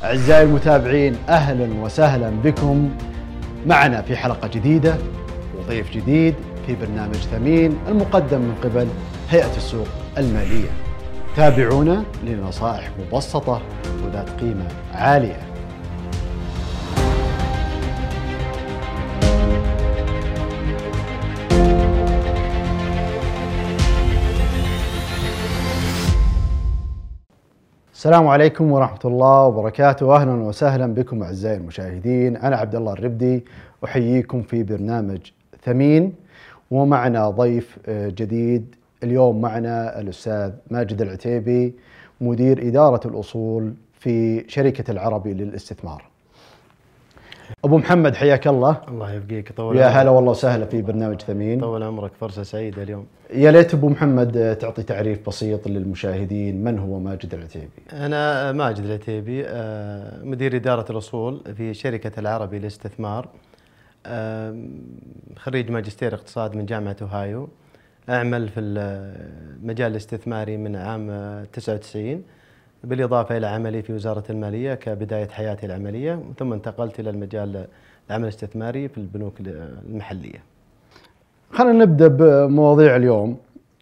أعزائي المتابعين، أهلا وسهلا بكم معنا في حلقة جديدة وضيف جديد في برنامج ثمين المقدم من قبل هيئة السوق المالية. تابعونا لنصائح مبسطة وذات قيمة عالية. السلام عليكم ورحمة الله وبركاته، أهلا وسهلا بكم أعزائي المشاهدين. أنا عبد الله الربدي أحييكم في برنامج ثمين، ومعنا ضيف جديد. اليوم معنا الأستاذ ماجد العتيبي، مدير إدارة الأصول في شركة العربي للاستثمار. أبو محمد حياك الله. الله يبقيك. طول يا هلا والله وسهلا في برنامج ثمين. طول عمرك، فرصة سعيدة اليوم. يا ليت أبو محمد تعطي تعريف بسيط للمشاهدين، من هو ماجد العتيبي؟ أنا ماجد العتيبي، مدير إدارة الأصول في شركة العربي للاستثمار، خريج ماجستير اقتصاد من جامعة أوهايو. أعمل في المجال الاستثماري من عام 99، بالإضافة إلى عملي في وزارة المالية كبداية حياتي العملية، ثم انتقلت إلى المجال العمل الاستثماري في البنوك المحلية. خلينا نبدأ بمواضيع اليوم،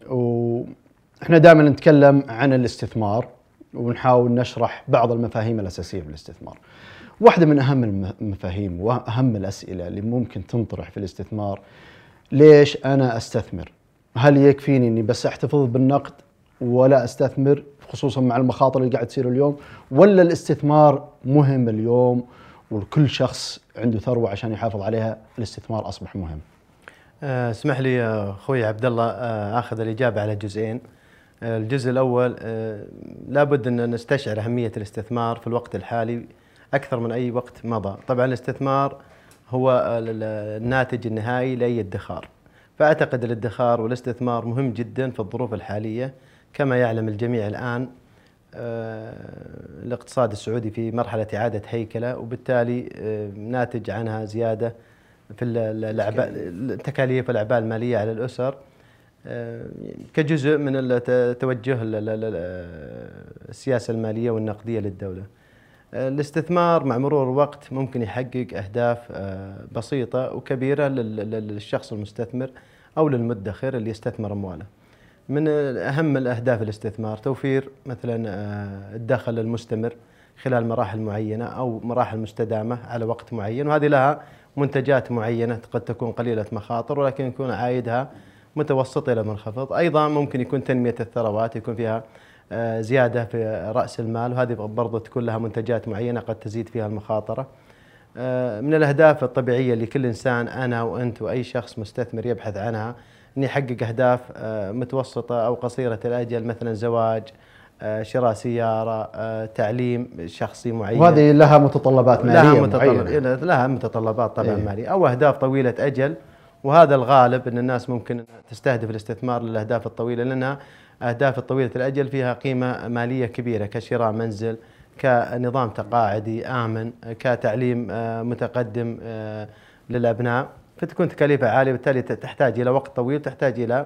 وإحنا دائما نتكلم عن الاستثمار ونحاول نشرح بعض المفاهيم الأساسية في الاستثمار. واحدة من أهم المفاهيم وأهم الأسئلة اللي ممكن تنطرح في الاستثمار: ليش أنا أستثمر؟ هل يكفيني أني بس أحتفظ بالنقد ولا أستثمر، خصوصا مع المخاطر اللي قاعد تصير اليوم، ولا الاستثمار مهم اليوم وكل شخص عنده ثروة عشان يحافظ عليها الاستثمار أصبح مهم؟ اسمح لي أخوي عبد الله أخذ الإجابة على جزئين. الجزء الأول، لابد أن نستشعر أهمية الاستثمار في الوقت الحالي أكثر من أي وقت مضى. طبعا الاستثمار هو الناتج النهائي لأي ادخار، فأعتقد الادخار والاستثمار مهم جدا في الظروف الحالية. كما يعلم الجميع الآن الاقتصاد السعودي في مرحلة إعادة هيكلة، وبالتالي ناتج عنها زيادة في التكاليف والأعباء المالية على الأسر كجزء من توجه السياسة المالية والنقدية للدولة. الاستثمار مع مرور الوقت ممكن يحقق أهداف بسيطة وكبيرة للشخص المستثمر أو للمدخر اللي يستثمر أمواله. من أهم الأهداف الاستثمار توفير مثلا الدخل المستمر خلال مراحل معينة أو مراحل مستدامة على وقت معين، وهذه لها منتجات معينة قد تكون قليلة مخاطر ولكن يكون عائدها متوسط إلى منخفض. أيضا ممكن يكون تنمية الثروات، يكون فيها زيادة في رأس المال، وهذه برضو تكون لها منتجات معينة قد تزيد فيها المخاطرة. من الأهداف الطبيعية اللي كل إنسان، أنا وأنت وأي شخص مستثمر يبحث عنها، أن يحقق أهداف متوسطة أو قصيرة الأجل، مثلا زواج، شراء سيارة، تعليم شخصي معين. وهذه لها متطلبات مالية معينة. لها متطلبات طبعا مالية، أو أهداف طويلة أجل. وهذا الغالب أن الناس ممكن تستهدف الاستثمار للأهداف الطويلة، لأنها أهداف الطويلة الأجل فيها قيمة مالية كبيرة، كشراء منزل، كنظام تقاعدي آمن، كتعليم متقدم للأبناء، فتكون تكاليفها عالية، بالتالي تحتاج إلى وقت طويل، تحتاج إلى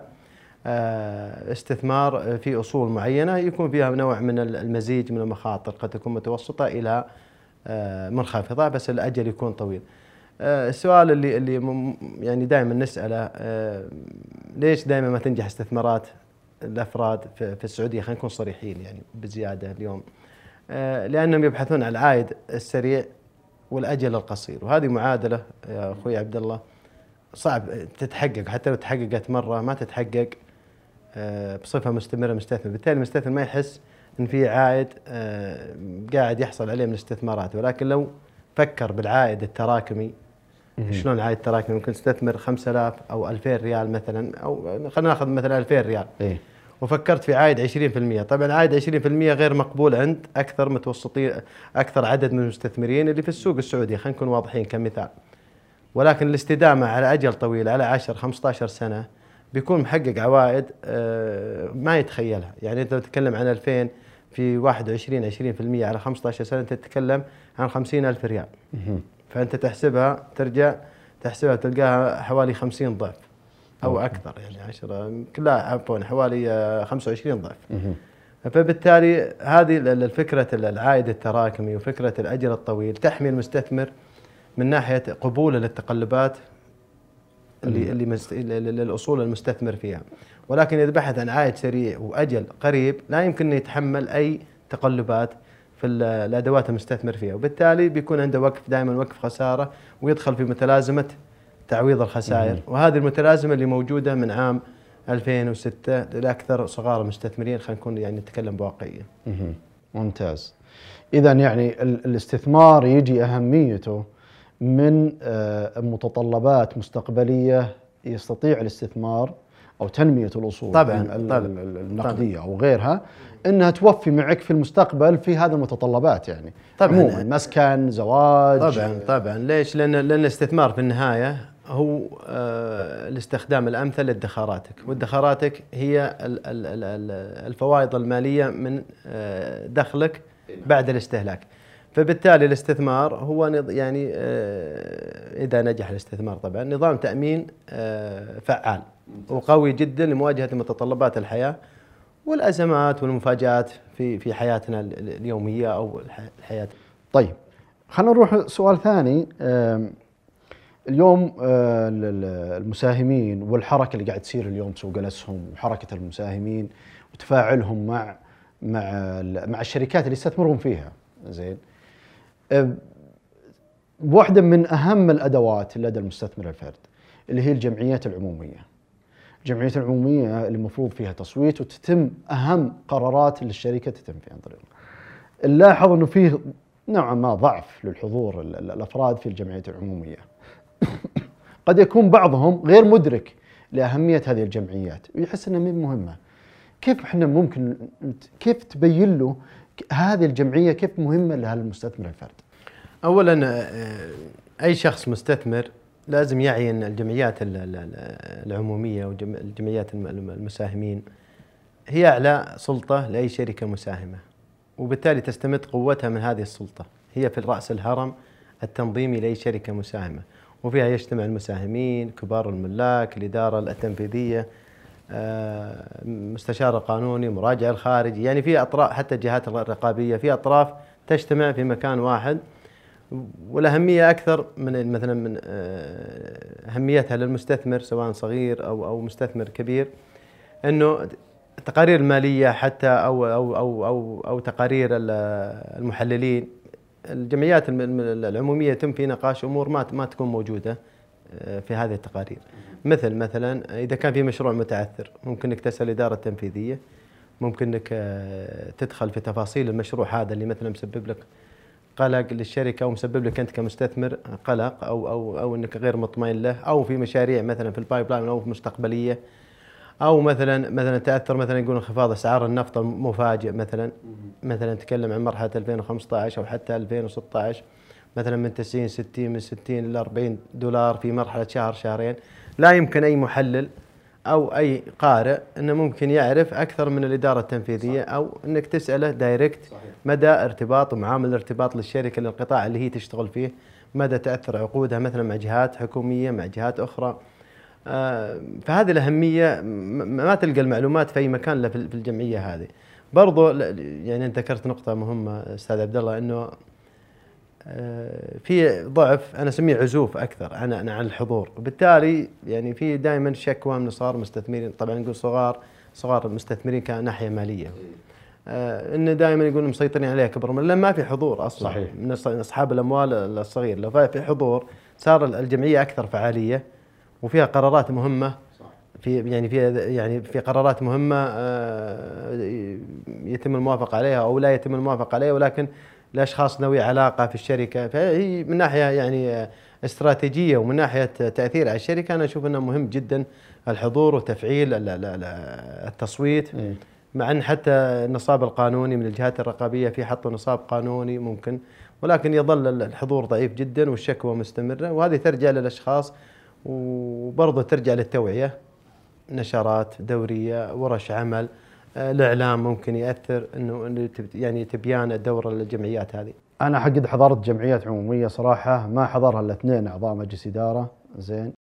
استثمار في أصول معينة يكون فيها نوع من المزيج من المخاطر، قد تكون متوسطة إلى منخفضة، بس الأجل يكون طويل. السؤال اللي يعني دائما نسأله، ليش دائما ما تنجح استثمارات الأفراد في السعودية؟ خلينا نكون صريحين يعني بزيادة اليوم. لأنهم يبحثون عن العائد السريع والأجل القصير، وهذه معادلة يا أخوي عبد الله صعب تتحقق، حتى لو تحققت مرة ما تتحقق بصفة مستمرة مستثمر. بالتالي المستثمر ما يحس أن في عائد قاعد يحصل عليه من الاستثمارات، ولكن لو فكر بالعائد التراكمي، شلون العائد التراكمي؟ ممكن تستثمر 5000 أو 2000 ريال مثلا، أو خلينا ناخذ مثلا 2000 ريال وفكرت في عائد 20%. طبعا عائد 20% غير مقبول عند أكثر متوسطين، أكثر عدد من المستثمرين اللي في السوق السعودي، خلينا نكون واضحين كمثال. ولكن الاستدامة على أجل طويل، على 10-15 سنة، بيكون محقق عوائد ما يتخيلها. يعني أنت لو تتكلم عن 2000 في 20% على 15 سنة، أنت تتكلم عن 50,000 ريال. فأنت تحسبها، ترجع تحسبها تلقاها حوالي 50 ضعف أو أكثر، يعني 10 كلها، عفوا حوالي 25 ضعف. فبالتالي هذه الفكرة العائد التراكمي وفكرة الأجل الطويل تحمي المستثمر من ناحية قبوله للتقلبات للأصول المستثمر فيها، ولكن إذا بحث عن عائد سريع وأجل قريب لا يمكن أن يتحمل أي تقلبات في الأدوات المستثمر فيها، وبالتالي بيكون عنده وقف دائما وقف خسارة ويدخل في متلازمة تعويض الخسائر. وهذه المتلازمة اللي موجودة من عام 2006 لأكثر صغار المستثمرين، خلينا نكون يعني نتكلم بواقعية. ممتاز. إذا يعني الاستثمار يجي أهميته من متطلبات مستقبلية يستطيع الاستثمار أو تنمية الأصول طبعا النقدية أو غيرها أنها توفي معك في المستقبل في هذه المتطلبات، يعني عموما مسكن، زواج. طبعا ليش؟ لأن الاستثمار في النهاية هو الاستخدام الأمثل لادخاراتك، وادخاراتك هي الفوائد المالية من دخلك بعد الاستهلاك. فبالتالي الاستثمار هو يعني إذا نجح الاستثمار طبعا نظام تأمين فعال وقوي جدا لمواجهة متطلبات الحياة والأزمات والمفاجآت في حياتنا اليومية أو الحياة. طيب خلينا نروح سؤال ثاني. اليوم المساهمين والحركة اللي قاعد تصير اليوم سوق الأسهم وحركة المساهمين وتفاعلهم مع الشركات اللي يستثمرون فيها، زين، واحدة من أهم الأدوات لدى المستثمر الفرد اللي هي الجمعيات العمومية. الجمعيات العمومية اللي المفروض فيها تصويت وتتم أهم قرارات للشركة تتم فيها عن طريقها. نلاحظ أنه فيه نوعا ما ضعف للحضور الأفراد في الجمعيات العمومية. قد يكون بعضهم غير مدرك لأهمية هذه الجمعيات ويحس أنها مهمة. كيف احنا ممكن كيف تبين له هذه الجمعية كيف مهمة لهذا المستثمر الفرد؟ أولا أي شخص مستثمر لازم يعي أن الجمعيات العمومية والجمعيات المساهمين هي أعلى سلطة لأي شركة مساهمة، وبالتالي تستمد قوتها من هذه السلطة. هي في رأس الهرم التنظيمي لأي شركة مساهمة، وفيها يجتمع المساهمين، كبار الملاك، الإدارة التنفيذية، مستشار القانوني، مراجع الخارجي، يعني في أطراف، حتى الجهات الرقابية، في أطراف تجتمع في مكان واحد. والأهمية أكثر من مثلا من أهميتها للمستثمر سواء صغير أو مستثمر كبير، إنه التقارير المالية حتى أو تقارير المحللين. الجمعيات العمومية يتم في نقاش أمور ما تكون موجودة في هذه التقارير، مثلا إذا كان في مشروع متعثر ممكن إنك تسأل الإدارة التنفيذية، ممكن إنك تدخل في تفاصيل المشروع هذا اللي مثلا مسبب لك قلق للشركة أو مسبب لك أنت كمستثمر قلق أو أنك غير مطمئن له، أو في مشاريع مثلا في البايب لاين أو في مستقبلية، أو مثلا تأثر مثلا يقول انخفاض أسعار النفط المفاجئ مثلا نتكلم عن مرحلة 2015 أو حتى 2016 مثلا من 60 من 60 إلى 40 دولار في مرحلة شهر شهرين. لا يمكن أي محلل أو أي قارئ أنه ممكن يعرف أكثر من الإدارة التنفيذية، أو أنك تسأله دايركت مدى ارتباط ومعامل الارتباط للشركة للقطاع اللي هي تشتغل فيه، مدى تأثر عقودها مثلا مع جهات حكومية مع جهات أخرى. فهذه الأهمية ما تلقى المعلومات في أي مكان إلا في الجمعية هذه. برضو يعني أنت ذكرت نقطة مهمة أستاذ عبد الله، أنه في ضعف أنا أسميه عزوف أكثر عن الحضور، وبالتالي يعني في دائما شكوى من صغار مستثمرين، طبعا نقول صغار المستثمرين كناحية مالية، إنه دائما يقولون مسيطرين عليها كبر لأن ما في حضور أصلا. صحيح. من أصحاب الأموال الصغير. لو في حضور صار الجمعية أكثر فعالية وفيها قرارات مهمة، في قرارات مهمة يتم الموافقة عليها أو لا يتم الموافقة عليها، ولكن الأشخاص ذوي علاقة في الشركة، فهي من ناحية يعني استراتيجية ومن ناحية تأثير على الشركة أنا أشوف أنه مهم جدا الحضور وتفعيل التصويت. مع أن حتى النصاب القانوني من الجهات الرقابية في حطوا نصاب قانوني ممكن، ولكن يظل الحضور ضعيف جدا والشكوى مستمرة، وهذه ترجع للأشخاص وبرضه ترجع للتوعية، نشرات دورية، ورش عمل، الإعلام ممكن يأثر إنه يعني تبيان الدور الجمعيات هذه. أنا قد حضرت جمعيات عمومية صراحة ما حضرها إلا 2 أعضاء مجلس إدارة، زين،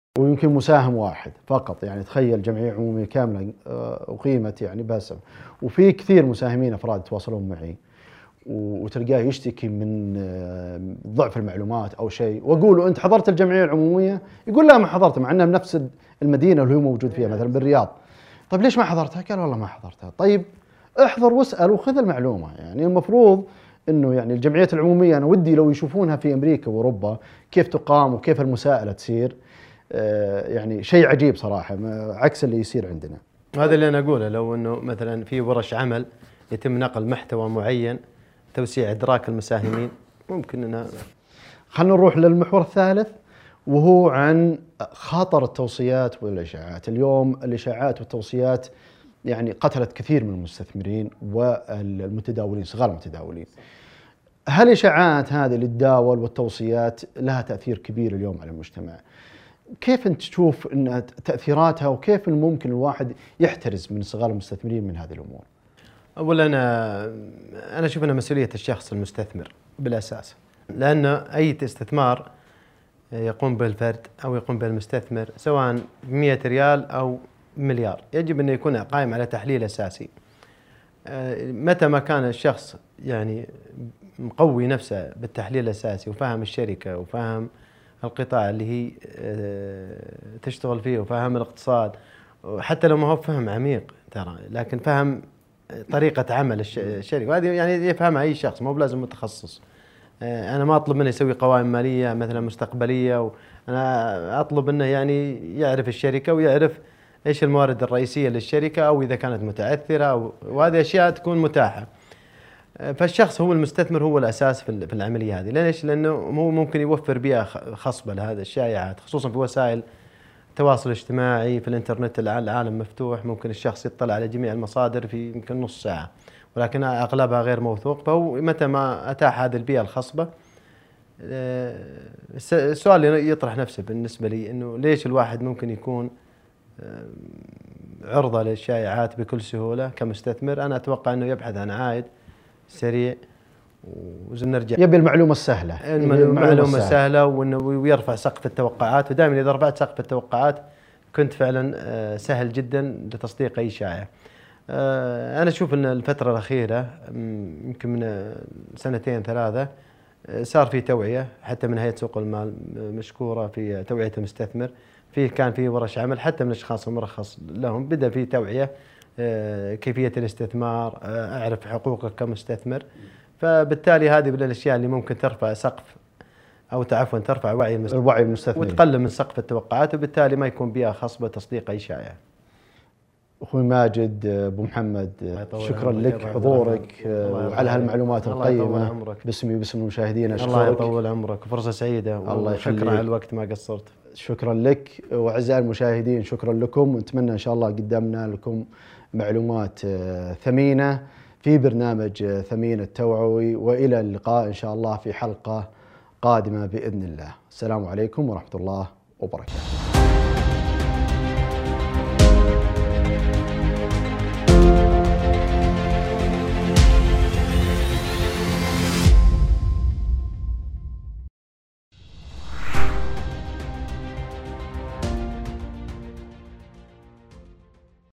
ويمكن مساهم واحد فقط. يعني تخيل جمعية عمومية كاملة أقيمت يعني باسم، وفي كثير مساهمين أفراد يتواصلون معي وتلقاه يشتكي من ضعف المعلومات أو شيء، وأقول له أنت حضرت الجمعية العمومية؟ يقول لا ما حضرت، مع أنها بنفس المدينة اللي هو موجود فيها مثلا بالرياض. طيب ليش ما حضرتها؟ قال والله ما حضرتها. طيب احضر واسأل وخذ المعلومة. يعني المفروض انه يعني الجمعيات العموميه انا ودي لو يشوفونها في امريكا واوروبا كيف تقام وكيف المساءله تصير. يعني شيء عجيب صراحه عكس اللي يصير عندنا. هذا اللي انا اقوله، لو انه مثلا في ورش عمل يتم نقل محتوى معين، توسيع ادراك المساهمين، ممكن انها. خلينا نروح للمحور الثالث وهو عن خطر التوصيات والاشاعات. اليوم الاشاعات والتوصيات يعني قتلت كثير من المستثمرين والمتداولين، صغار المتداولين. هل الاشاعات هذه اللي تداول والتوصيات لها تاثير كبير اليوم على المجتمع؟ كيف انت تشوف ان تاثيراتها، وكيف ممكن الواحد يحترز من صغار المستثمرين من هذه الامور؟ اولا انا اشوف انها مسؤوليه الشخص المستثمر بالاساس، لانه اي استثمار يقوم به الفرد او يقوم به المستثمر سواء ب 100 ريال او مليار، يجب انه يكون قائم على تحليل اساسي. متى ما كان الشخص يعني مقوي نفسه بالتحليل الاساسي وفهم الشركه وفهم القطاع اللي هي تشتغل فيه وفهم الاقتصاد، حتى لو ما هو فهم عميق ترى، لكن فهم طريقة عمل الشركة، وهذه يعني يفهمها أي شخص، مو بلازم متخصص. أنا ما أطلب منه يسوي قوائم مالية مثلا مستقبلية، أنا أطلب منه يعني يعرف الشركة ويعرف إيش الموارد الرئيسية للشركة، أو إذا كانت متعثرة، وهذه أشياء تكون متاحة. فالشخص هو المستثمر، هو الأساس في العملية هذه. ليش؟ لأنه هو ممكن يوفر بيئة خصبة لهذا الشائعات، خصوصا في وسائل التواصل الاجتماعي، في الانترنت العالم مفتوح، ممكن الشخص يطلع على جميع المصادر في يمكن نص ساعة، ولكن أغلبها غير موثوق. فهو متى ما أتاح هذه البيئة الخصبة، السؤال اللي يطرح نفسه بالنسبة لي إنه ليش الواحد ممكن يكون عرضة للشائعات بكل سهولة كمستثمر؟ أنا أتوقع إنه يبحث عن عائد سريع ونرجع، يبي المعلومة السهلة، المعلومة سهلة، وإنه يرفع سقف التوقعات. ودائما إذا رفعت سقف التوقعات كنت فعلا سهل جدا لتصديق أي شائعة. أنا أشوف أن الفترة الأخيرة يمكن من 2 3 صار في توعية، حتى من هيئة سوق المال مشكورة في توعية المستثمر. كان في ورش عمل حتى من الأشخاص المرخص لهم، بدأ في توعية كيفية الاستثمار، أعرف حقوقك كمستثمر. فبالتالي هذه من الأشياء اللي ممكن ترفع سقف أو ترفع وعي المستثمر وتقلل من سقف التوقعات، وبالتالي ما يكون بيئة خصبة تصديق أي شائعة. أخوي ماجد أبو محمد، شكرا لك حضورك وعلى هالمعلومات القيمة باسمي وباسم المشاهدين. أشكرك، الله يطول عمرك، فرصة سعيدة، الله شكرا على الوقت ما قصرت. شكرا لك. وأعزائي المشاهدين شكرا لكم، ونتمنى إن شاء الله قدمنا لكم معلومات ثمينة في برنامج ثمين التوعوي، وإلى اللقاء إن شاء الله في حلقة قادمة بإذن الله. السلام عليكم ورحمة الله وبركاته.